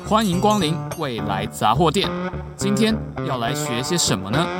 欢迎光临未来杂货店。今天要来学些什么呢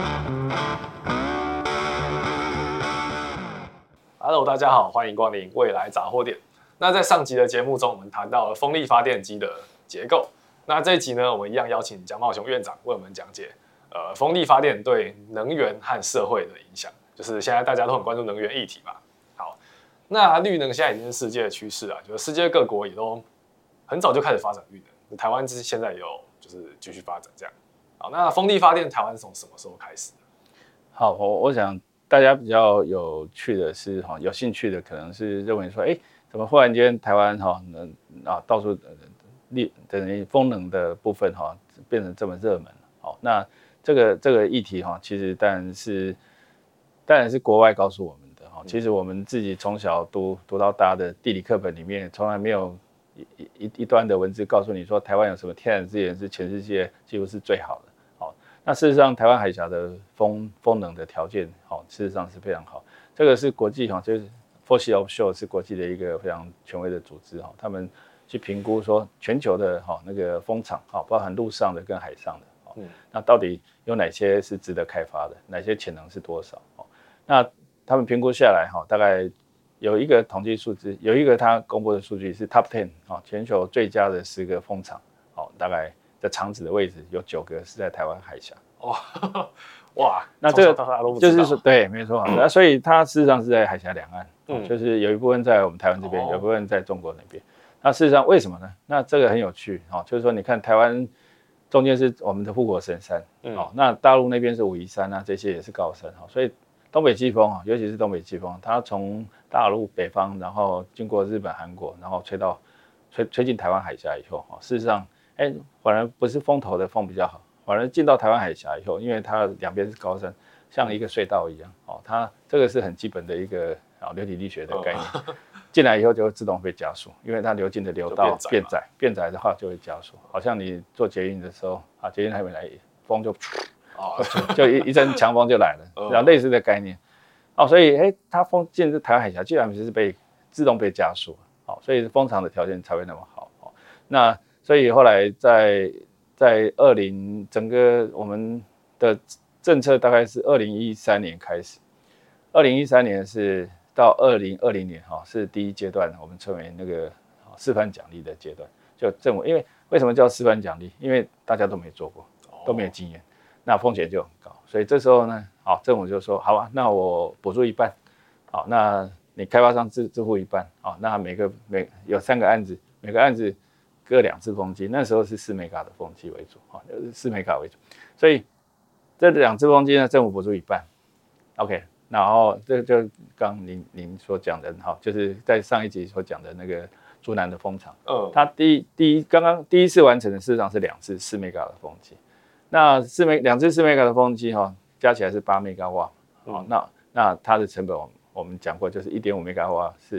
？Hello， 大家好，欢迎光临未来杂货店。那在上集的节目中，我们谈到了风力发电机的结构。那这一集呢，我们一样邀请蒋茂雄院长为我们讲解，风力发电对能源和社会的影响。就是现在大家都很关注能源议题嘛。好，那绿能现在已经是世界的趋势了，就是世界各国也都很早就开始发展绿能，台湾现在也有就是继续发展这样。好，那风力发电台湾从什么时候开始的？ 好，我想大家比较有趣的是有兴趣的可能是认为说，怎么忽然间台湾到处等于风能的部分变成这么热门？好，那这个议题其实当然是国外告诉我们的其实我们自己从小读到大的地理课本里面，从来没有一段的文字告诉你说台湾有什么天然资源是全世界几乎是最好的。那事实上，台湾海峡的风能的条件，事实上是非常好。这个是国际就是 Fossil Offshore 是国际的一个非常权威的组织他们去评估说全球的那个风场包含陆上的跟海上的那到底有哪些是值得开发的，哪些潜能是多少那他们评估下来大概有一个统计数字，有一个他公布的数据是 Top 10全球最佳的10个风场大概的场址的位置有9个是在台湾海峡。 哇， 那这个就是说，对，没错。那所以它事实上是在海峡两岸，就是有一部分在我们台湾这边，有一部分在中国那边。那事实上为什么呢？那这个很有趣就是说，你看台湾中间是我们的护国神山，那大陆那边是武夷山啊，这些也是高山所以东北季风尤其是东北季风，它从大陆北方，然后经过日本、韩国，然后吹进台湾海峡以后事实上反而不是风头的风比较好，反而进到台湾海峡以后，因为它两边是高山，像一个隧道一样它这个是很基本的一个流体力学的概念。进来以后就会自动被加速，因为它流进的流道变窄的话就会加速，好像你坐捷运的时候捷运还没来，风就一阵强风就来了，然后类似的概念所以它风进入台湾海峡，居然是自动被加速所以风场的条件才会那么好那所以后来在整个我们的政策大概是2013年开始，2013年是到2020年是第一阶段，我们称为那个示范奖励的阶段。就政府，因为为什么叫示范奖励？因为大家都没做过，都没有经验，那风险就很高。所以这时候呢，政府就说好吧，那我补助一半，那你开发商支付一半，那有3个案子，每个案子各2只风机，那时候是4 mega 的风机为主，4 mega 为主，所以这2只风机呢，政府补助一半 ，OK， 然后这就刚您所讲的就是在上一集所讲的那个竹南的风场，它刚刚第一次完成的事实上是2只4 mega 的风机，那2只4 mega 的风机加起来是8 mega 瓦，那它的成本我们讲过，就是1.5 mega 瓦是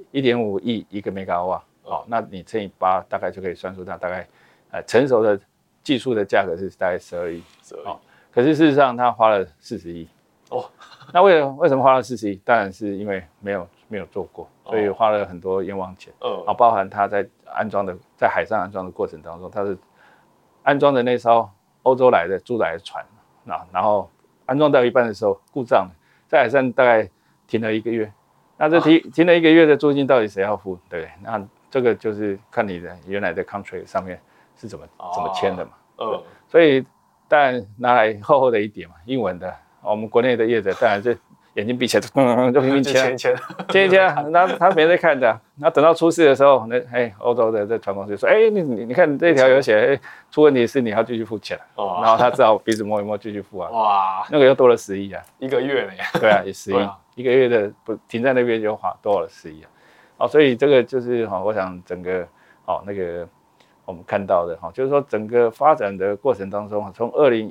1.5亿1个 mega 瓦。那你乘以8，大概就可以算出它大概成熟的技术的价格是大概12亿。可是事实上它花了40亿。那为什么花了40亿？当然是因为没有做过，所以花了很多冤枉钱。包含它在海上安装的过程当中，它是安装的那艘欧洲租来的船，然后安装到一半的时候故障了，在海上大概停了1个月。那这停了1个月的租金到底谁要付？对，那这个就是看你的原来的 contract 上面是怎么签的嘛。所以当然拿来厚厚的一叠嘛，英文的，我们国内的业者当然就眼睛闭起来就拼命签，那他没在看的。那等到出事的时候，欧洲的这船公司就说，你看这条有写，出问题是你要继续付钱，然后他只好鼻子摸一摸继续付啊。哇，那个又多了10亿啊 ，1个月呢？ 对啊，也10亿，1个月的停在那边就多了10亿所以这个就是我想整个那个我们看到的就是说整个发展的过程当中，从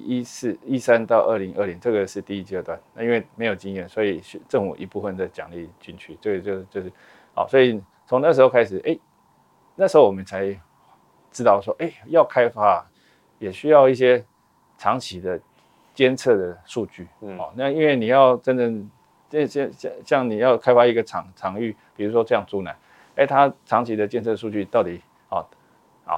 2013到2020，这个是第一阶段。那因为没有经验，所以政府一部分的奖励进去，这个就是所以从那时候开始，那时候我们才知道说，要开发也需要一些长期的监测的数据。那因为你要真正像你要开发一个场域，比如说这样竹南，它长期的监测数据到底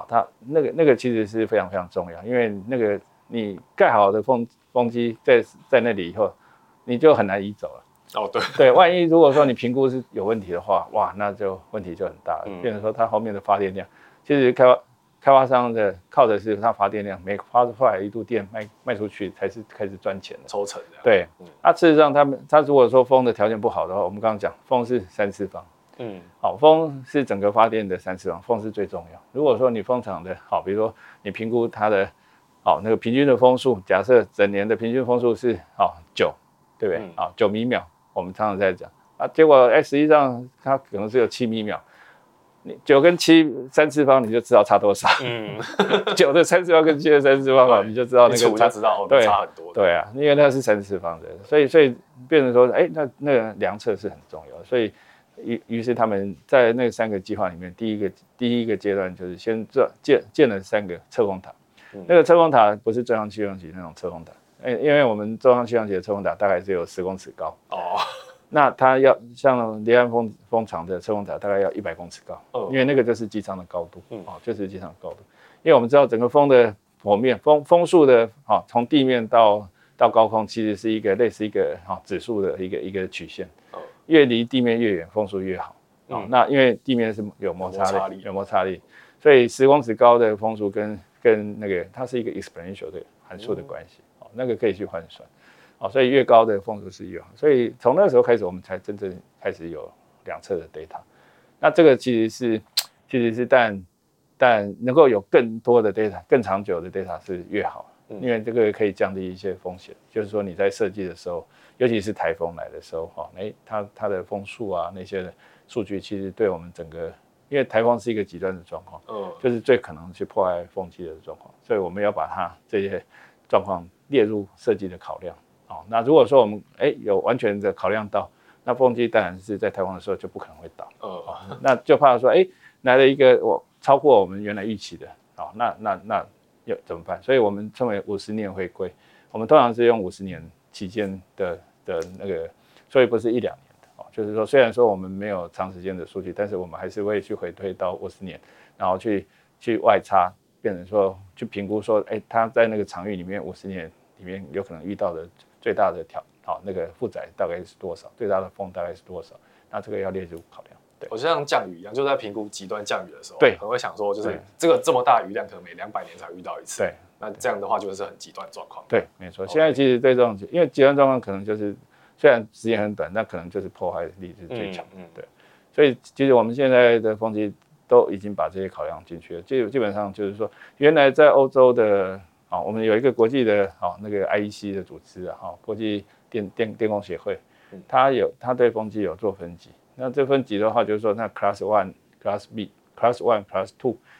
它那个其实是非常非常重要，因为那个你盖好的风机在那里以后，你就很难移走了。 对， 万一如果说你评估是有问题的话，哇，那就问题就很大了。变成说它后面的发电量，其实开发商的靠的是它发电量，每发出来一度电卖出去才是开始赚钱的抽成的。 对，事实上它如果说风的条件不好的话，我们刚刚讲风是3/4方。好，风是整个发电的3/4方，风是最重要。如果说你风场的好，比如说你评估它的那个平均的风速，假设整年的平均风速是9，对不对？9米秒。我们常常在讲结果实际上它可能是有7米秒，你9跟7 3/4方你就知道差多少。9的3/4方跟7的3/4方你就知道那个差，就知道差很多。 对啊，因为那是3/4方的，所以变成说，那个量测是很重要的。所以于是他们在那3个计划里面，第一个阶段就是先建了3个测风塔。那个测风塔不是中央气象局那种测风塔。因为我们中央气象局的测风塔大概是有10公尺高那它要像离岸风场的测风塔大概要100公尺高因为那个就是机舱的高度就是机舱的高度。因为我们知道整个风的剖面风速的从地面到高空其实是一个类似一个指数的一个曲线越离地面越远风速越好那因为地面是有摩擦力所以10公尺高的风速跟那个它是一个 exponential 的函数的关系那个可以去换算所以越高的风速是越好。所以从那个时候开始，我们才真正开始有量测的 data。那这个其实是但能够有更多的 data， 更长久的 data 是越好，因为这个可以降低一些风险。就是说你在设计的时候，尤其是台风来的时候，它的风速啊那些的数据，其实对我们整个，因为台风是一个极端的状况，就是最可能去破坏风机的状况，所以我们要把它这些状况列入设计的考量。那如果说我们有完全的考量到，那风机当然是在台风的时候就不可能会倒。那就怕说来了一个超过我们原来预期的，那又怎么办？所以我们称为50年回归，我们通常是用50年期间的那个，所以不是1-2年的就是说虽然说我们没有长时间的数据，但是我们还是会去回推到50年，然后去外插，变成说去评估说，它在那个场域里面50年里面有可能遇到的最大的那个负载大概是多少，最大的风大概是多少，那这个要列入考量。对， 我就像降雨一样，就在评估极端降雨的时候， 对， 可能会想说，就是这么大雨量，可能每200年才遇到一次。 对， 那这样的话就是很极端状况。 对，没错。现在其实对这种，因为极端状况可能就是虽然时间很短，但可能就是破坏力是最强。对，所以其实我们现在的风机都已经把这些考量进去了。基本上就是说，原来在欧洲的我们有一个国际的那个 IEC 的组织国际电工协会，它对风机有做分级。那这分级的话，就是说，那 Class 1、Class B、Class 1、Class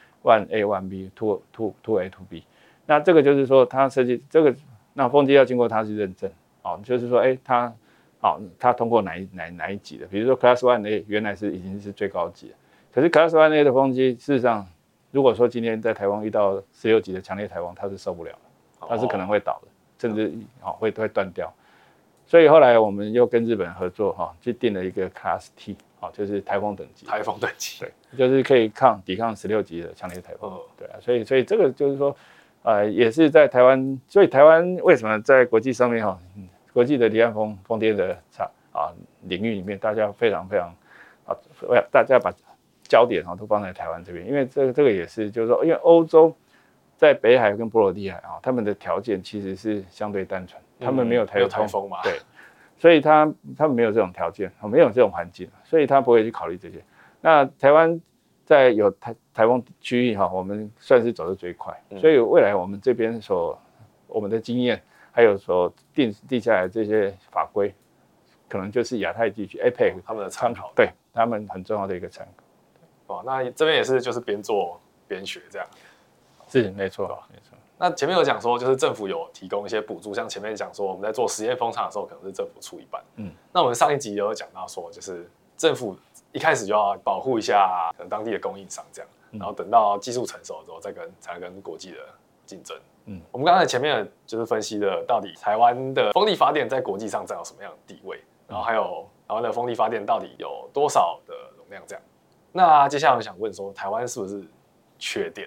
2、1A、1B、2A、2B。那这个就是说，它设计这个，那风机要经过它去认证，就是说，它通过哪一级的？比如说 Class 1A 原来已经是最高级的，可是 Class 1A 的风机，事实上，如果说今天在台湾遇到16级的强烈台风，它是受不了的，它是可能会倒的，甚至会断掉。所以后来我们又跟日本合作去定了一个 Class T 就是台风等级。 台风等级， 对，就是可以抵抗16级的强烈台风。对啊，所以这个就是说，也是在台湾，所以台湾为什么在国际上面国际的离岸风电的领域里面，大家非常非常大家把焦点都放在台湾这边，因为这个也是就是说，因为欧洲在北海跟波罗的海他们的条件其实是相对单纯。他们没有台风嘛， 对，所以他们没有这种条件，没有这种环境，所以他不会去考虑这些。那台湾在有台风区域我们算是走得最快，所以未来我们这边我们的经验，还有所定下来这些法规，可能就是亚太地区 APEC 他们的参考， 对他们很重要的一个参考。 那这边也是就是边做边学这样， 是没错没错。 那前面有讲说，就是政府有提供一些补助，像前面讲说我们在做实验风场的时候，可能是政府出一半。那我们上一集有讲到说，就是政府一开始就要保护一下可能当地的供应商这样，然后等到技术成熟之后才能跟国际的竞争。我们刚才前面就是分析了到底台湾的风力发电在国际上占有什么样的地位，然后还有台湾的风力发电到底有多少的容量这样。那接下来我想问说，台湾是不是缺电？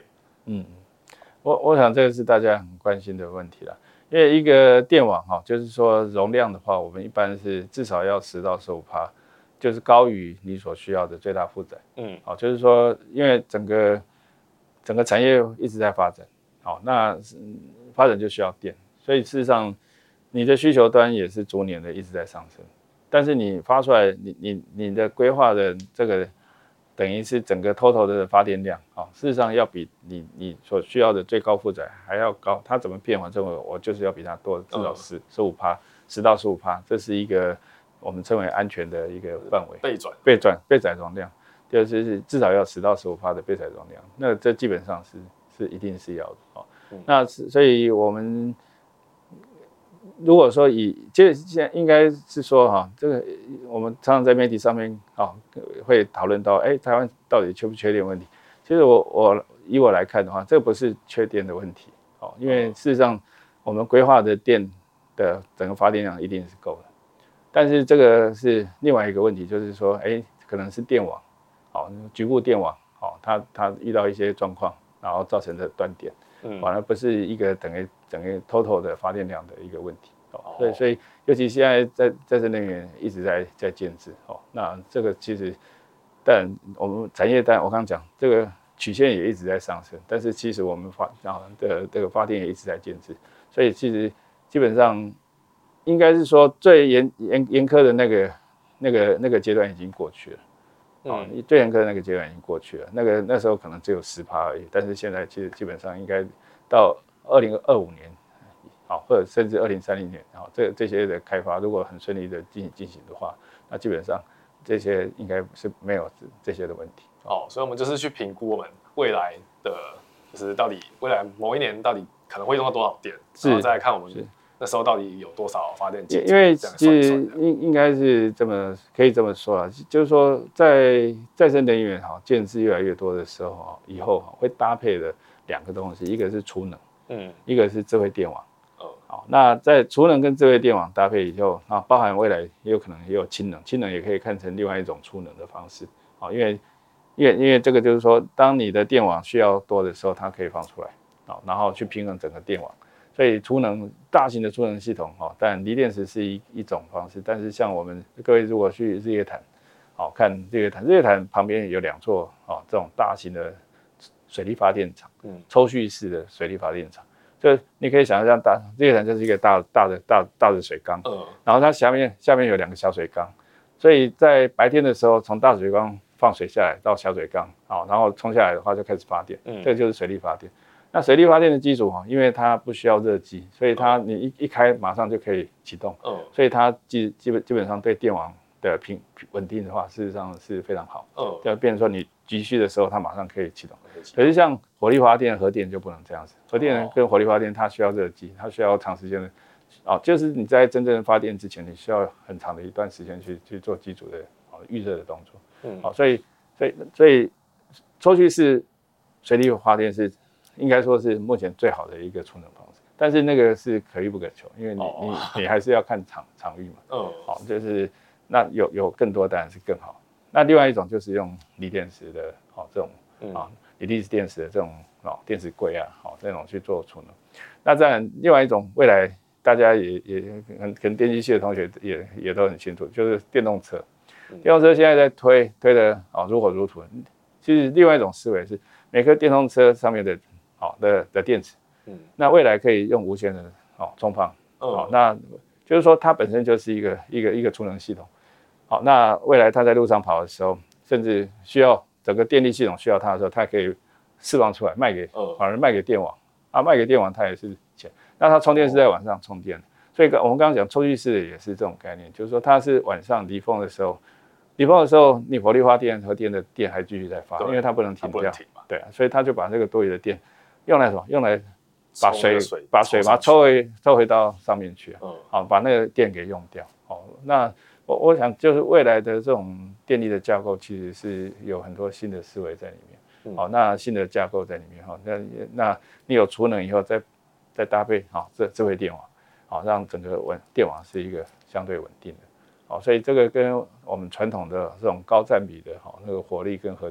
我想这个是大家很关心的问题了，因为一个电网就是说容量的话，我们一般是至少要10到15%，就是高于你所需要的最大负载。就是说，因为整个产业一直在发展，那发展就需要电，所以事实上你的需求端也是逐年的一直在上升，但是你发出来，你的规划的这个。等于是整个 total 的发电量事实上要比你所需要的最高负载还要高，它怎么变化？我就是要比它多至少15%，10到15%，这是一个我们称为安全的一个范围。备载容量，就是至少要10到15%的备载容量，那这基本上是一定是要的那所以我们。如果说现在应该是说这个我们常常在媒体上面会讨论到，台湾到底缺不缺电问题？其实以我来看的话，这不是缺电的问题因为事实上我们规划的电的整个发电量一定是够的，但是这个是另外一个问题，就是说，可能是电网局部电网它遇到一些状况，然后造成的断电。反而不是一个整个 total 的发电量的一个问题所以尤其现在再生能源一直在建制那这个其实，但我们产业我刚刚讲这个曲线也一直在上升，但是其实我们这个发电也一直在建制，所以其实基本上应该是说最严苛的那个阶段已经过去了。最严苛的那个阶段已经过去了，那时候可能只有10%而已，但是现在其实基本上应该到2025年，或者甚至2030年，这些的开发如果很顺利的进行的话，那基本上这些应该是没有这些的问题。 所以我们就是去评估我们未来的，就是到底未来某一年到底可能会用到多少电，然后再来看我们那时候到底有多少发电机？ 因为其实应该是可以这么说就是说在再生能源建制越来越多的时候以后会搭配的2个东西，一个是储能，一个是智慧电网。那在储能跟智慧电网搭配以后包含未来也有可能也有氢能，氢能也可以看成另外一种储能的方式因为这个就是说，当你的电网需要多的时候，它可以放出来然后去平衡整个电网。所以大型的储能系统当然锂电池是一种方式，但是像我们各位如果去日月潭看日月潭旁边有2座这种大型的水力发电厂，抽蓄式的水力发电厂，就你可以想象日月潭就是一个大的水缸，然后它下面有2个小水缸，所以在白天的时候从大水缸放水下来到小水缸然后冲下来的话就开始发电，这个就是水力发电。那水力发电的基础因为它不需要热机，所以它你一开马上就可以启动，所以它基本上对电网的稳定的话，事实上是非常好，就变成说你急需的时候它马上可以启动。可是像火力发电、核电就不能这样子，核电跟火力发电它需要热机，它需要长时间的就是你在真正发电之前，你需要很长的一段时间去做机组的预热的动作，所以抽蓄式水力发电是。应该说是目前最好的一个储能方式，但是那个是可遇不可求，因为你还是要看场域嘛。就是那有更多当然是更好。那另外一种就是用锂电池的这种锂离子电池的这种电池柜这种去做储能。那当然另外一种未来大家也可能电机系的同学也都很清楚，就是电动车。电动车现在在推的如火如荼。其实另外一种思维是每颗电动车上面的电池，那未来可以用无线的充放，那就是说它本身就是一个储能系统，那未来它在路上跑的时候，甚至需要整个电力系统需要它的时候，它可以释放出来反而卖给电网，卖给电网它也是钱，那它充电是在晚上充电，所以我们刚刚讲抽蓄式的也是这种概念，就是说它是晚上离峰的时候，你火力发电核电的电还继续在发，因为它不能停掉，对所以它就把这个多余的电用来什么？用来把水把它抽回到上面去，把那个电给用掉。那我想就是未来的这种电力的架构，其实是有很多新的思维在里面。那新的架构在里面，那你有储能以后，再搭配智慧电网，让整个电网是一个相对稳定的。所以这个跟我们传统的这种高占比的那个火力跟核电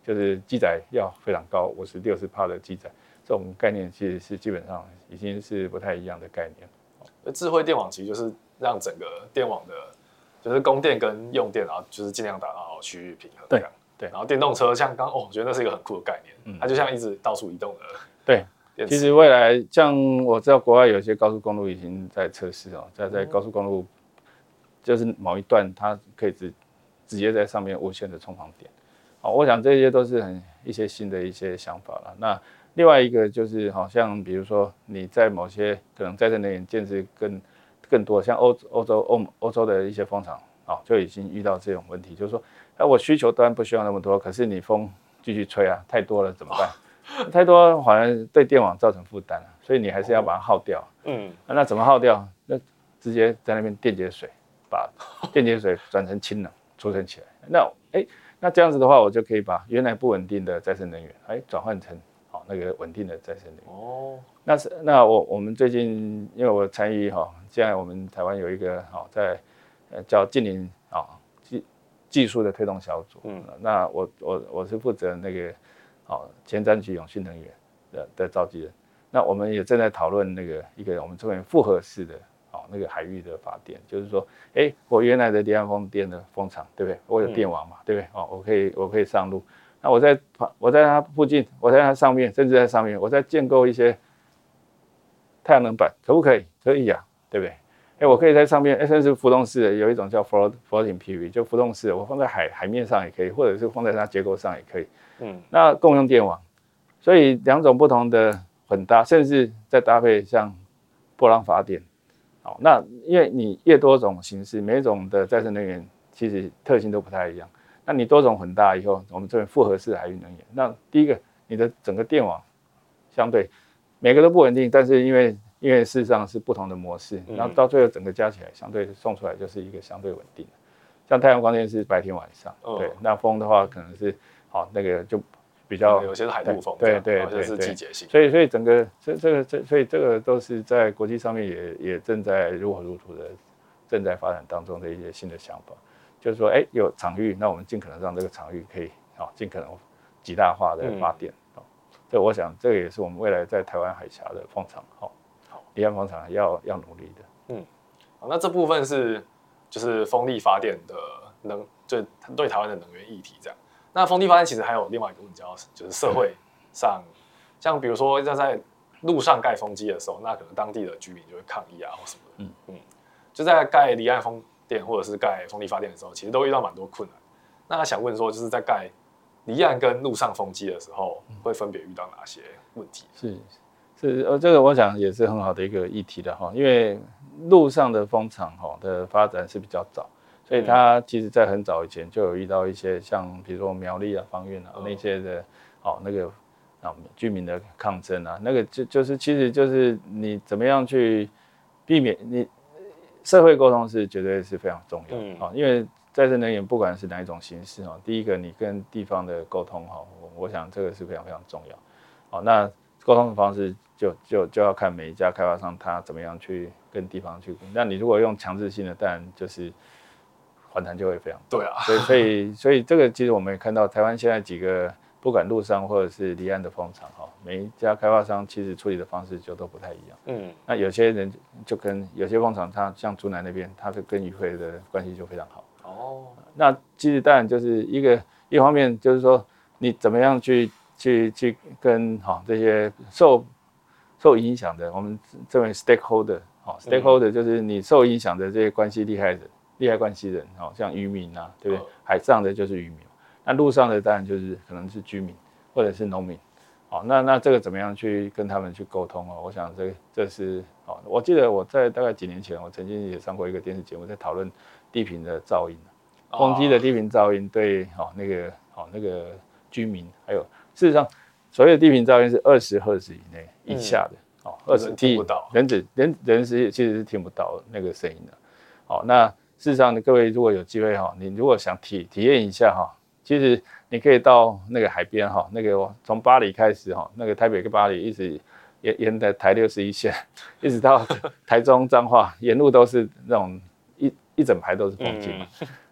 就是机载要非常高，50-60%的机载，这种概念其实是基本上已经是不太一样的概念。 智慧电网其实就是让整个电网的，就是供电跟用电，然后就是尽量达到区域平衡这样。 对， 然后电动车像我觉得那是一个很酷的概念，它就像一直到处移动的。 对，其实未来像我知道国外有些高速公路已经在测试哦，在高速公路就是某一段它可以直接在上面无线的充放电。我想这些都是一些新的一些想法了。那另外一个就是好像比如说你在某些可能再生能源建设更多，像欧洲的一些风场就已经遇到这种问题，就是说我需求当然不需要那么多，可是你风继续吹太多了怎么办？太多反而对电网造成负担，所以你还是要把它耗掉。那怎么耗掉？那直接在那边电解水，把电解水转成氢能储存起来。那这样子的话，我就可以把原来不稳定的再生能源，转换成那个稳定的再生能源。那我们最近因为我参与现在我们台湾有一个在叫近邻技术的推动小组。那我是负责那个前瞻局永续能源的召集人。那我们也正在讨论那个一个我们称为复合式的那个海域的发电，就是说，我原来的离岸风电的风场，对不对？我有电网嘛，对不对？我可以上路。那我在它附近，我在它上面，甚至在上面，我在建构一些太阳能板，可不可以？可以啊，对不对？我可以在上面，甚至浮动式的有一种叫 floating PV， 就浮动式的，我放在海面上也可以，或者是放在它结构上也可以。那共用电网，所以两种不同的混搭，甚至再搭配像波浪发电。那因为你越多种形式，每一种的再生能源其实特性都不太一样。那你多种混搭以后，我们这边复合式海域能源。那第一个，你的整个电网相对每个都不稳定，但是因为事实上是不同的模式，然后到最后整个加起来，相对送出来就是一个相对稳定的。像太阳光电是白天晚上，对，那风的话可能是那个就比较有些是海陆风， 对， 是季节性。 所以整个所以这个都是在国际上面也正在如火如荼的正在发展当中的一些新的想法，就是说，有场域，那我们尽可能让这个场域可以尽可能极大化的发电。所以我想这个也是我们未来在台湾海峡的风场离岸风场要努力的。 那这部分就是风力发电的就对台湾的能源议题这样。那风力发电其实还有另外一个问题，就是社会上，像比如说要在路上盖风机的时候，那可能当地的居民就会抗议或什么的。就在盖离岸风电或者是盖风力发电的时候，其实都遇到蛮多困难。那想问说，就是在盖离岸跟陆上风机的时候，会分别遇到哪些问题？ 这个我想也是很好的一个议题的因为陆上的风场的发展是比较早。所以它其实在很早以前就有遇到一些像比如说苗栗芳苑那些的那个居民的抗争那个就是其实就是你怎么样去避免你社会沟通是绝对是非常重要因为再生能源不管是哪一种形式第一个你跟地方的沟通我想这个是非常非常重要那沟通的方式就要看每一家开发商他怎么样去跟地方去。那你如果用强制性的，当然就是反弹就会非常大。 对啊， 所以这个其实我们也看到台湾现在几个不管陆上或者是离岸的风场每一家开发商其实处理的方式就都不太一样。那有些人就跟有些风场，他像竹南那边，他跟渔会的关系就非常好。那其实当然就是一方面就是说你怎么样去跟这些受影响的，我们称为 stakeholder 就是你受影响的这些关系利害关系人像渔民对不对？海上的就是渔民，那陆上的当然就是可能是居民或者是农民。那这个怎么样去跟他们去沟通我想这是我记得我在大概几年前，我曾经也上过一个电视节目，在讨论低频的噪音，风机的低频噪音对那个居民，还有事实上所谓的低频噪音是20赫兹以下的 20听不到， 人其实是听不到那个声音的。那事实上各位如果有机会你如果想体验一下其实你可以到那个海边那个从巴黎开始那个台北跟巴黎一直沿着台61线一直到台中彰化，沿路都是那种一整排都是风机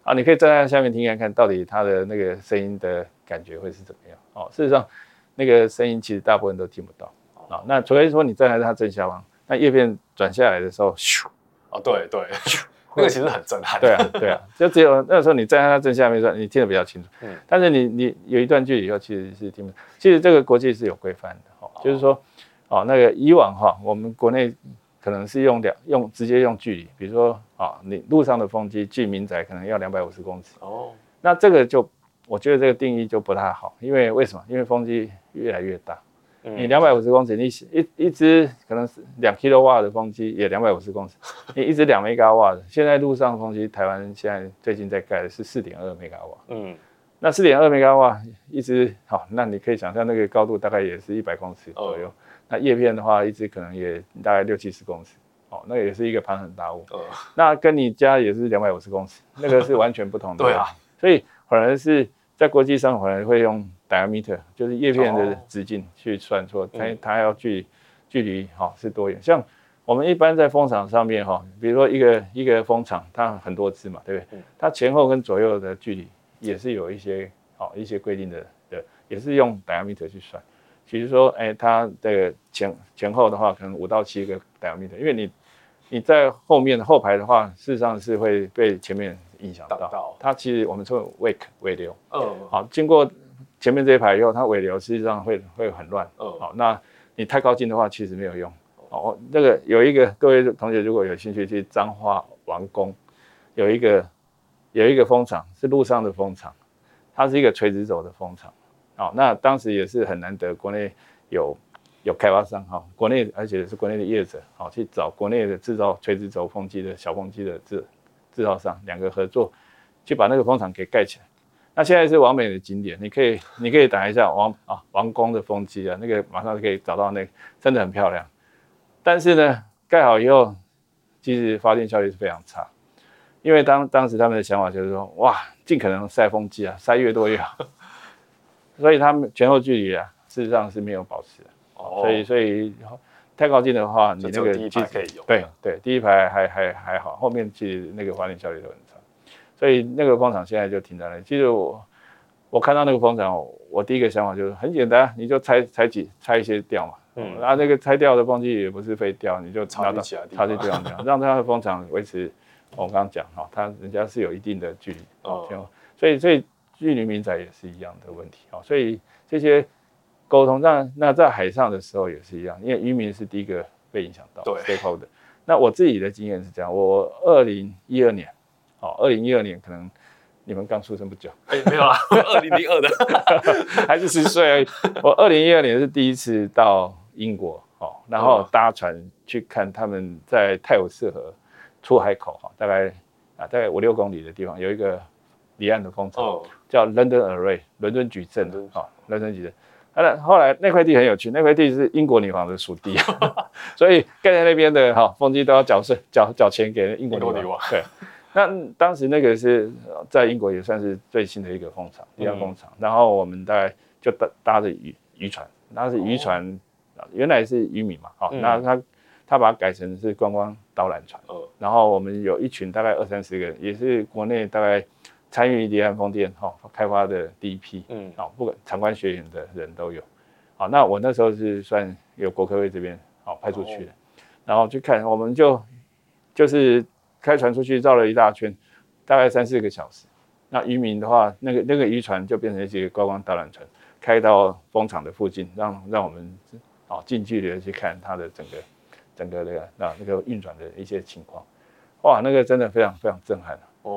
啊，你可以站在下面听看看，到底它的那个声音的感觉会是怎么样哦。事实上，那个声音其实大部分都听不到啊。那除非说你站在它正下方，那叶片转下来的时候，咻， 哦，对对，那个其实很震撼。 对啊，就只有那时候你站在它正下面的时候，你听得比较清楚。但是你有一段距离以后，其实是听不。其实这个国际是有规范的，就是说，那个以往我们国内可能是直接用距离，比如说你路上的风机距民宅可能要250公尺。那这个我觉得这个定义就不太好，因为什么？因为风机越来越大。你250公尺，你一只可能是2 kW 的风机也250公尺，你一只2 MW 的，现在路上风机，台湾现在最近在盖的是4.2 MW，那4.2 MW一只，那你可以想象那个高度大概也是100公尺左右，那叶片的话，一只可能也大概60-70公尺，那也是一个庞然大物，那跟你家也是250公尺，那个是完全不同的，对啊，所以反而是在国际上，反而会用 diameter， 就是叶片的直径去算说它要距离是多远。像我们一般在风场上面比如说一个风场，它很多支嘛，对不对？它前后跟左右的距离也是有一些规定的，也是用 diameter 去算。比如说，它的前后的话，可能5到7个 diameter， 因为你在后面的后排的话，事实上是会被前面影响到。它其实我们说 wake 尾流，经过前面这一排以后，它尾流实际上会很乱，那你太靠近的话，其实没有用。这个有一个各位同学如果有兴趣去彰化王宫，有一个风场是路上的风场，它是一个垂直轴的风场，那当时也是很难得，国内有开发商国内而且是国内的业者去找国内的制造垂直轴风机的小风机的制造商2个合作，去把那个风场给盖起来。那现在是完美的景点，你可以打一下王宫的风机那个马上可以找到那个，真的很漂亮。但是呢，盖好以后，其实发电效率是非常差，因为当时他们的想法就是说，哇，尽可能塞风机塞越多越好，所以他们前后距离事实上是没有保持的，所以太靠近的话，你那个第一排可以用， 对，第一排还好，后面其实那个发电效率都很差。所以那个风场现在就停在那里。其实我看到那个风场，我第一个想法就是很简单，你就拆一些掉嘛。那个拆掉的风机也不是非掉，你就插到其他地方掉，让它的风场维持。我刚刚讲它人家是有一定的距离所以距离民宅也是一样的问题所以这些沟通，那在海上的时候也是一样，因为渔民是第一个被影响到stakeholder。那我自己的经验是这样，我2012年可能你们刚出生不久， 没有啦，2002的， 还是10岁而已。我2012年是第一次到英国然后搭船去看他们在泰晤士河出海口大概5-6公里的地方有一个离岸的风场，叫 London Array 伦敦矩阵伦敦矩阵。后来那块地很有趣，那块地是英国女王的属地，所以盖在那边的风机都要缴钱给英国女王。对。那当时那个是在英国也算是最新的一个风场，离岸风场。然后我们大概就搭着渔船，那是渔船，原来是渔民嘛，那他把它改成是观光导览船。然后我们有一群大概20-30个人，也是国内大概参与离岸风电开发的第一批，不管参观学员的人都有。那我那时候是算有国科会这边派出去的，然后去看，我们就是开船出去绕了一大圈，大概3-4个小时。那渔民的话，那个渔船就变成一个观光导览船，开到风场的附近，让我们近距离的去看它的整个那个运转的一些情况。哇，那个真的非常非常震撼。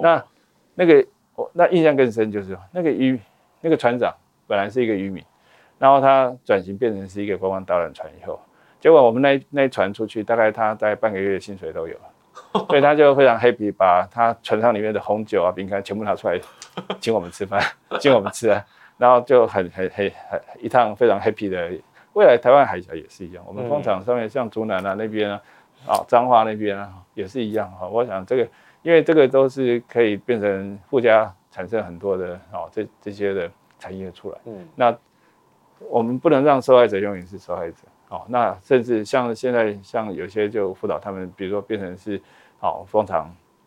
那印象更深就是那个船长本来是一个渔民，然后他转型变成是一个观光导览船以后，结果我们那船出去，大概他大概半个月的薪水都有了。所以他就非常 happy， 把他船上里面的红酒饼干全部拿出来请我们吃饭，请我们吃然后就很一趟非常 happy 的。未来台湾海峡也是一样，我们风场上面像竹南那边彰化那边也是一样我想这个，因为这个都是可以变成附加产生很多的这些的产业出来。那我们不能让受害者永远是受害者。那甚至像现在像有些就辅导他们，比如说变成是风场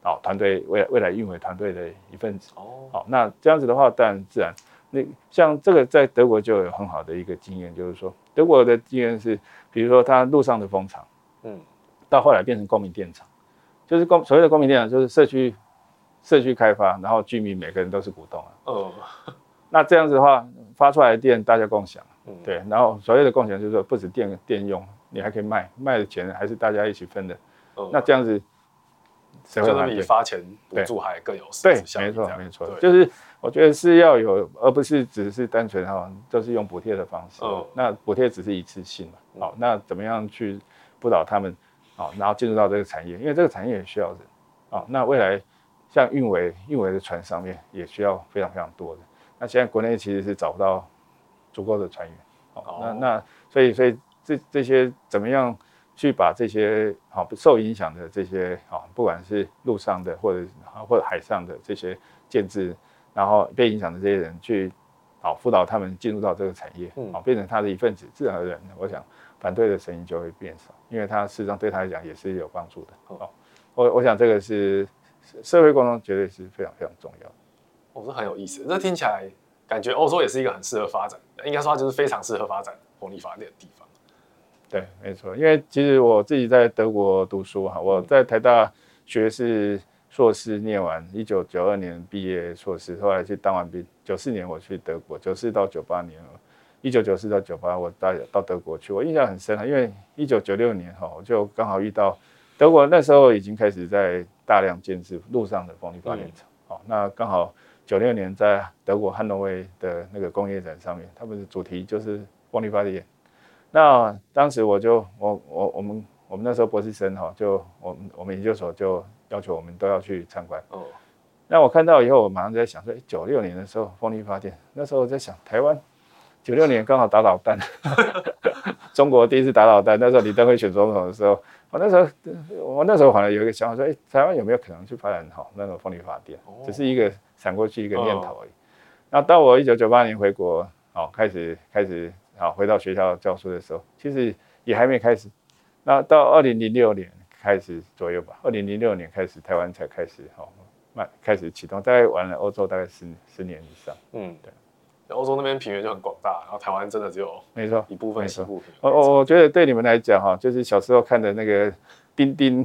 好团队未来运维团队的一份子。好，那这样子的话，当然自然，那像这个在德国就有很好的一个经验，就是说德国的经验是，比如说它路上的风场，到后来变成公民电厂，就是所谓的公民电厂就是社区开发，然后居民每个人都是股东那这样子的话，发出来的电大家共享，对，然后所谓的共享就是说不止电用，你还可以卖的钱还是大家一起分的，那这样子。 就是比发钱补助还更有实质效益。对，没错，就是我觉得是要有，而不是只是单纯就是用补贴的方式。那补贴只是一次性嘛。好，那怎么样去辅导他们？好，然后进入到这个产业，因为这个产业也需要人。好，那未来像运维的船上面也需要非常非常多的。那现在国内其实是找不到足够的船员。好，那所以这些怎么样？去把这些受影响的这些不管是路上的或者海上的这些建制，然后被影响的这些人去辅导他们进入到这个产业，变成他的一份子，自然而然，我想反对的声音就会变少，因为他事实上对他来讲也是有帮助的。我想这个是社会沟通绝对是非常非常重要的。 这很有意思，这听起来感觉欧洲也是一个很适合发展，应该说它就是非常适合发展风力发电的地方。 对，没错，因为其实我自己在德国读书我在台大学士、硕士念完，1992年毕业硕士，后来去当完兵，94年我去德国，94到98年，1994到98我到德国去，我印象很深因为1996年我就刚好遇到德国那时候已经开始在大量建设陆上的风力发电厂，那刚好96年在德国汉诺威的那个工业展上面，他们的主题就是风力发电。那当时我们那时候博士生就我们研究所就要求我们都要去参观。那我看到以后，我马上在想说，96年的时候风力发电，那时候我在想台湾96年刚好打导弹，中国第一次打导弹，那时候李登辉选总统的时候，我那时候好像有一个想法说，台湾有没有可能去发展那种风力发电？只是一个闪过去一个念头而已。那到我1998年回国，开始回到学校教书的时候，其实也还没开始。那到2006年开始左右吧，2006年开始，台湾才开始开始启动，大概玩了欧洲大概10年以上。 对。欧洲那边平原就很广大，然后台湾真的只有一部分西部平原。 我觉得对你们来讲就是小时候看的那个丁丁，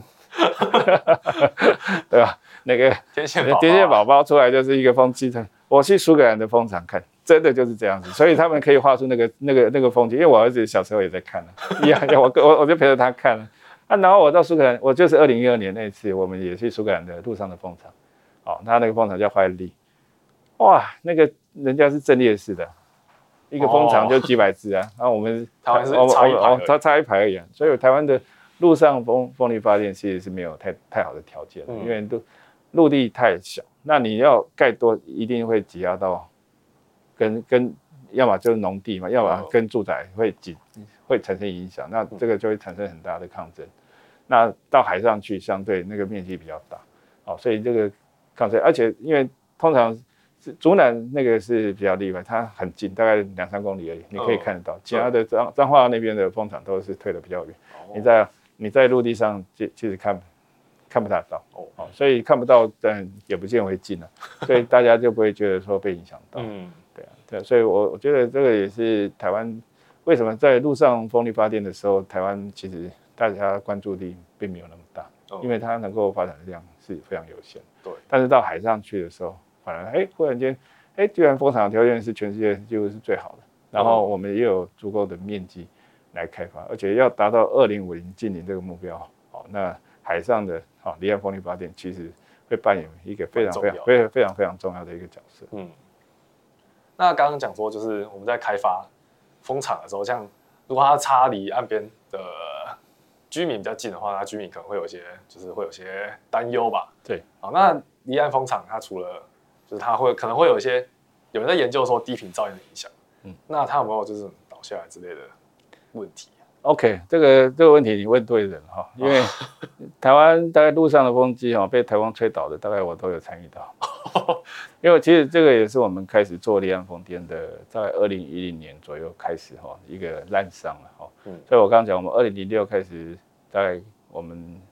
对吧？那个天线宝宝出来就是一个风机场。我去苏格兰的风场看，真的就是这样子，所以他们可以画出那个风景。因为我儿子小时候也在看我就陪着他看了。然后我到苏格兰，我就是2012年那次，我们也去苏格兰的陆上的风场。他那个风场叫怀利，哇，那个人家是阵列式的，一个风场就几百只啊。然后我们台湾是差一排而已。所以台湾的陆上风力发电其实是没有太好的条件的，因为陆地太小。那你要盖多，一定会挤压到跟要么就是农地嘛，要么跟住宅会产生影响，那这个就会产生很大的抗争。那到海上去，相对那个面积比较大，所以这个抗争，而且因为通常竹南那个是比较例外，它很近，大概2-3公里而已，你可以看得到。其他的彰化那边的风场都是退得比较远，你在陆地上其实看不太到，所以看不到，但也不见为近了，所以大家就不会觉得说被影响到。对，所以我觉得这个也是台湾为什么在陆上风力发电的时候，台湾其实大家关注力并没有那么大，因为它能够发展的量是非常有限。 对， 但是到海上去的时候，反而忽然间，居然风场条件是全世界几乎是最好的，然后我们也有足够的面积来开发，而且要达到2050净零这个目标，那海上的离岸风力发电其实会扮演一个非常重要的一个角色。 那刚刚讲说，就是我们在开发风场的时候，像如果它插离岸边的居民比较近的话，那居民可能会有一些担忧吧。 对， 那离岸风场它除了就是它可能会有人在研究说低频噪音的影响，那它有没有就是倒下来之类的问题 ？OK， 这个问题你问对人因为台湾大概陆上的风机被台风吹倒的，大概我都有参与到。因为其实这个也是我们开始做离岸风电的，在2010年左右开始一个滥觞了所以我刚刚讲，我们2006开始，大概我们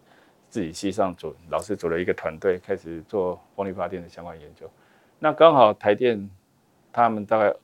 自己系上老师组了一个团队，开始做风力发电的相关研究。那刚好台电他们大概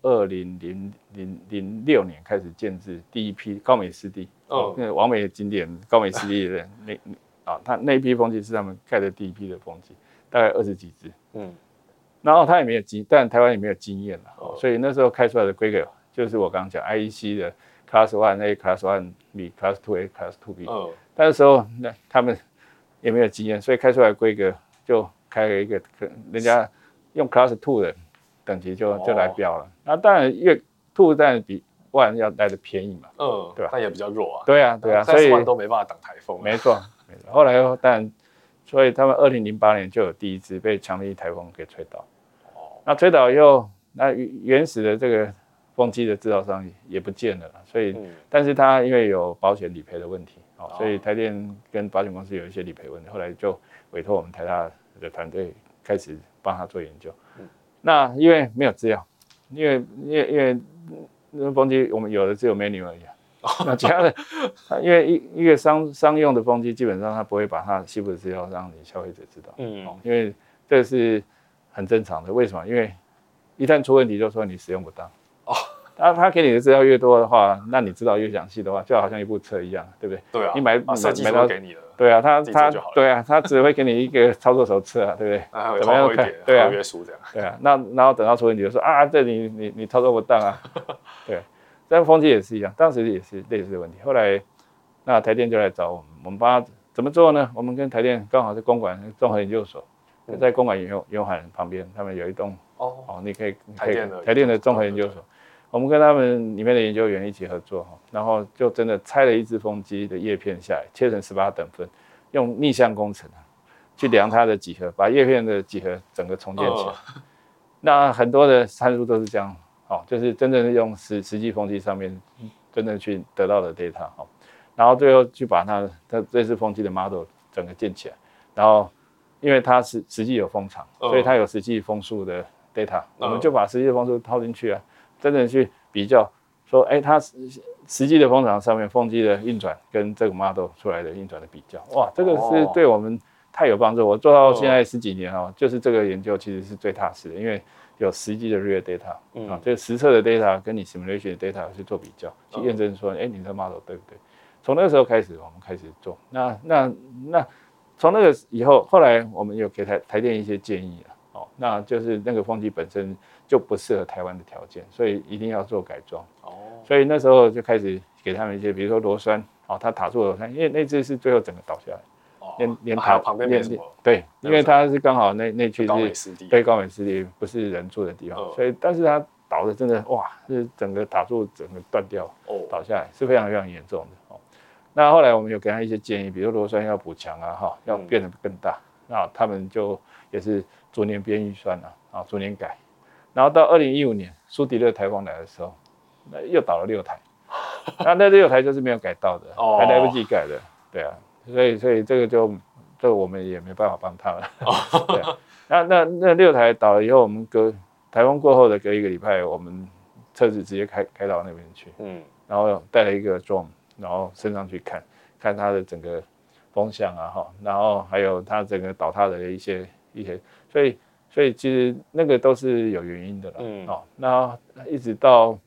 2006年开始建制第一批高美湿地，王美的经典高美湿地的他那一批风机是他们盖的第一批的风机，大概20几只，然后他也没有但台湾也没有经验了，所以那时候开出来的规格就是我刚刚讲 IEC 的 Class 1A、Class 1B、Class 2A、Class 2B，那时候他们也没有经验，所以开出来的规格就开了一个人家用 Class 2的等级就来标了。那当然越 2当然比1要来的便宜嘛，对吧？ 但也比较弱啊。 对啊， 所以1都没办法挡台风。 没错。后来当然，所以他们2008年就有第一支被强力台风给吹倒。那吹倒以后，那原始的这个风机的制造商也不见了，所以，但是他因为有保险理赔的问题，所以台电跟保险公司有一些理赔问题，后来就委托我们台大的团队开始帮他做研究。那因为没有资料，因为那风机我们有的只有 menu 而已。那其他的，因为一个商用的风机，基本上它不会把它细部的资料让你消费者知道，因为这是很正常的。为什么？因为一旦出问题，就说你使用不当。他给你的资料越多的话，那你知道越详细的话，就好像一部车一样，对不对？ 对啊， 你买到给你了。 对啊，他只会给你一个操作手册啊，对不对？ 怎么样看？对啊，约书这样。 对啊，那然后等到出问题就说这你操作不当啊，对。但风机也是一样，当时也是类似的问题。后来，那台电就来找我们帮他怎么做呢？我们跟台电刚好是公馆综合研究所，在公馆永海旁边，他们有一栋你可以台电的综合研究所，我们跟他们里面的研究员一起合作，然后就真的拆了一只风机的叶片下来，切成18等份，用逆向工程去量它的几何，把叶片的几何整个重建起来。那很多的参数都是这样。就是真正用实际风机上面真正去得到的 data， 然后最后去把它这次风机的 model 整个建起来，然后因为它实际有风场，所以它有实际风速的 data， 我们就把实际的风速套进去啊，真正去比较说，它实际的风场上面风机的运转跟这个 model 出来的运转的比较，哇，这个是对我们太有帮助。我做到现在10几年就是这个研究其实是最踏实的，因为有实际的 real data，这个实测的 data 跟你 simulation 的 data 去做比较，去验证说，你的 model 对不对？从那个时候开始，我们开始做。那从那个以后，后来我们有给台电一些建议了，那就是那个风机本身就不适合台湾的条件，所以一定要做改装。所以那时候就开始给他们一些，比如说螺栓，它塔住螺栓，因为那只是最后整个倒下来。连塔旁边没什么， 对，因为它是刚好那区是高美湿地，不是人住的地方，所以但是它倒的真的是整个塔柱整个断掉，倒下来是非常非常严重的。那后来我们有给他一些建议，比如螺栓要补强要变得更大，那他们就也是逐年编预算逐年改，然后到2015年苏迪勒台风来的时候，那又倒了6台，那6台就是没有改到的，还来不及改的，对啊。所以这个我们也没办法帮他们。对，那6台倒了以后，我们台风过后的隔1个礼拜，我们车子直接开到那边去，然后带了一个 drone， 然后升上去看它的整个风向然后还有它整个倒塌的一些，所以其实那个都是有原因的了。那一直到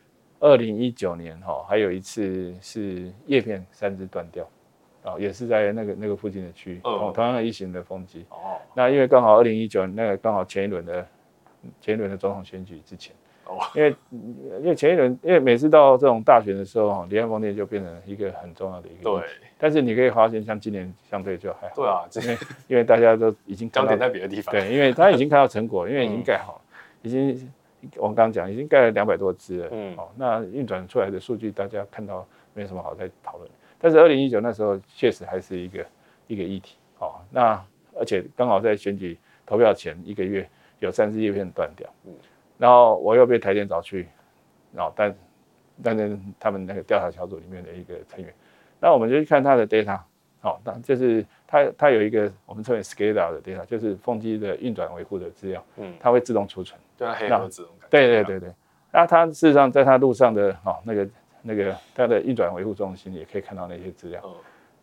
2019年还有一次是叶片3只断掉。也是在那个附近的区域，同样一型的风机。那因为刚好2019那个刚好前一轮的总统选举之前，因为前一轮，因为每次到这种大选的时候，离岸风电就变成一个很重要的一个议题。对。但是你可以发现，像今年相对就还好。 对啊， 因为大家都已经焦点在别的地方。 对，因为他已经看到成果，因为已经盖好了，我刚刚讲已经盖了200多支了。那运转出来的数据大家看到没什么好再讨论。但是2019那时候确实还是一个议题，那而且刚好在选举投票前1个月有3支叶片断掉，然后我又被台电找去，但是他们那个调查小组里面的一个成员，那我们就去看他的 data，那就是他有一个我们称为 SCADA 的 data， 就是风机的运转维护的资料，它会自动储存， 就像黑盒子这种感觉。对，那它事实上在它路上的那个它的运转维护中心也可以看到那些资料。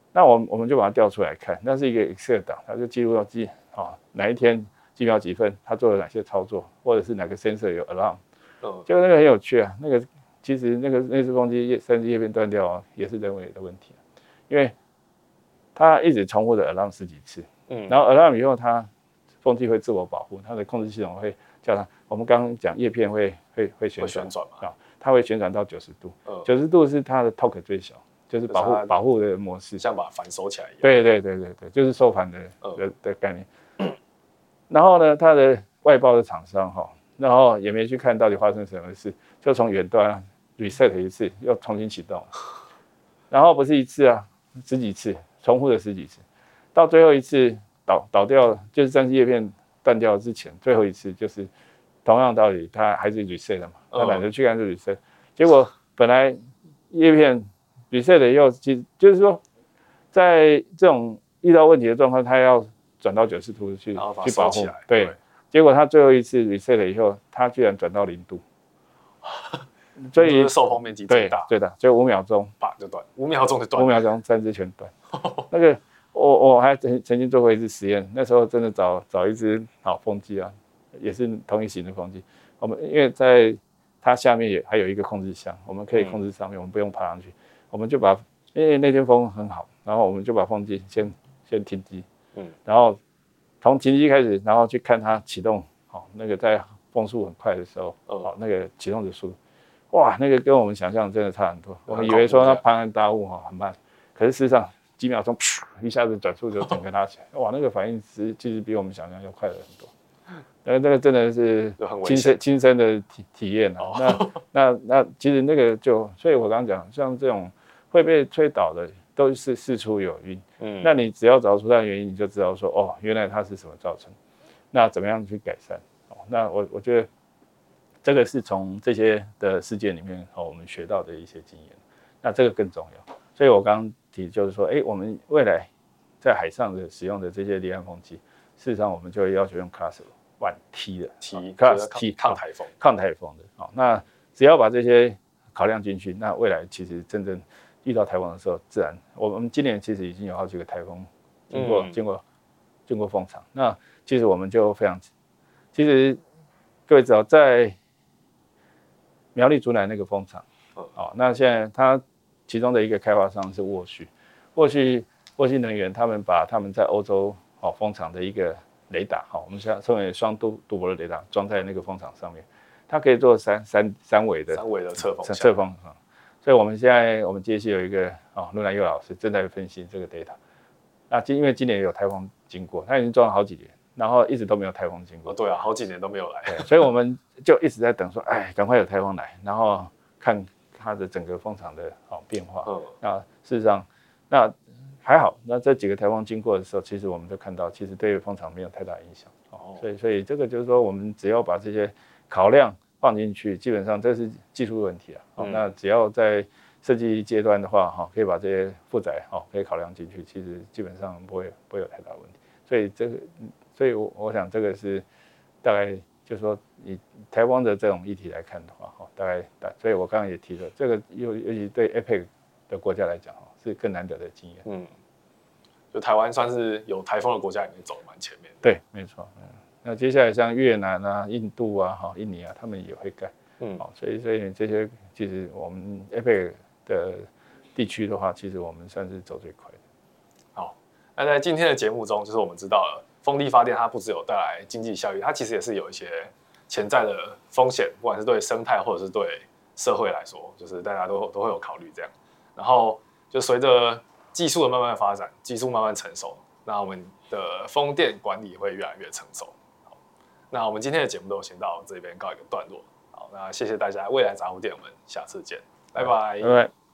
那我们就把它调出来看，那是一个 Excel 档，它就记录到哪一天几秒几分，它做了哪些操作，或者是哪个 sensor 有 alarm，就那个很有趣啊。那个其实那只风机3G 叶片断掉也是人为的问题，因为它一直重复的 alarm 10几次，然后 alarm 以后它风机会自我保护，它的控制系统会叫它，我们刚刚讲叶片会旋转嘛，它会旋转到90度，90度是它的 torque 最小。就是保护的模式， 像把帆收起来一样。 对，就是收帆的概念。然后呢，它的外包的厂商然后也没去看到底发生什么事，就从远端 reset 一次，又重新启动。然后不是一次啊，10几次，重复了10几次，到最后一次倒掉，就是3G 叶片断掉之前，最后一次就是同样道理，它还是 reset 嘛，它懒得去看是 reset，结果本来叶片reset 以后，其实就是说，在这种遇到问题的状况，它要转到90度去保护。对，结果它最后一次 reset 以后，它居然转到0度， 所以受风面积最大， 就5秒钟， 啪就断，5秒钟就断 ，5秒钟3只全断。那个我还曾经做过一次实验，那时候真的找一只风机啊，也是同一型的风机，我们因为在它下面还有一个控制箱，我们可以控制上面，我们不用爬上去。我们就因为那天风很好，然后我们就把风机先停机，然后从停机开始，然后去看它启动，那个在风速很快的时候，那个启动的速度，哇，那个跟我们想象真的差很多。我们以为说它庞然大物很慢，可是事实上几秒钟，一下子转速就整个拉起来，哇，那个反应其实比我们想象要快了很多。那个真的是亲身的体验啊。那其实那个所以我刚刚讲，像这种会被吹倒的都是事出有因。那你只要找出它的原因，你就知道说原来它是什么造成，那怎么样去改善。那我觉得这个是从这些的事件里面我们学到的一些经验。那这个更重要。所以我刚刚提就是说，我们未来在海上的使用的这些离岸风机，事实上我们就会要求用 Class 1T 的 Class T 抗台风的。那只要把这些考量进去，那未来其实真正遇到台风的时候，自然我们今年其实已经有好几个台风经过风场。那其实我们就非常，其实各位知道，在苗栗竹南那个风场，那现在它其中的一个开发商是沃旭能源，他们把他们在欧洲风场的一个雷达，我们称为双杜博的雷达，装在那个风场上面，它可以做三维的测风。所以我们现在接系有一个陆南佑老师正在分析这个 data。那因为今年有台风经过，他已经装了好几年，然后一直都没有台风经过。 对啊，好几年都没有来。 对，所以我们就一直在等说，赶快有台风来，然后看它的整个风场的变化。那事实上，那还好，那这几个台风经过的时候，其实我们就看到，其实对风场没有太大影响。所以这个就是说，我们只要把这些考量放进去，基本上这是技术问题啊。那只要在设计阶段的话，可以把这些负载可以考量进去，其实基本上不会有太大的问题。所以我想这个是大概就是说，以台湾的这种议题来看的话，大概，所以我刚刚也提了，这个尤其对 APEC 的国家来讲，是更难得的经验。 就台湾算是有台风的国家里面走得蛮前面的。 对，没错。那接下来像越南啊、印度啊、印尼啊，他们也会盖。所以这些其实我们 APEC 的地区的话，其实我们算是走最快的。 好，那在今天的节目中，就是我们知道了风力发电它不只有带来经济效益，它其实也是有一些潜在的风险，不管是对生态或者是对社会来说，就是大家都会有考虑这样。然后就随着技术的慢慢发展，技术慢慢成熟，那我们的风电管理会越来越成熟。好，那我们今天的节目都先到这边告一个段落。好，那谢谢大家，未来杂货店，我们下次见，拜拜。 拜拜。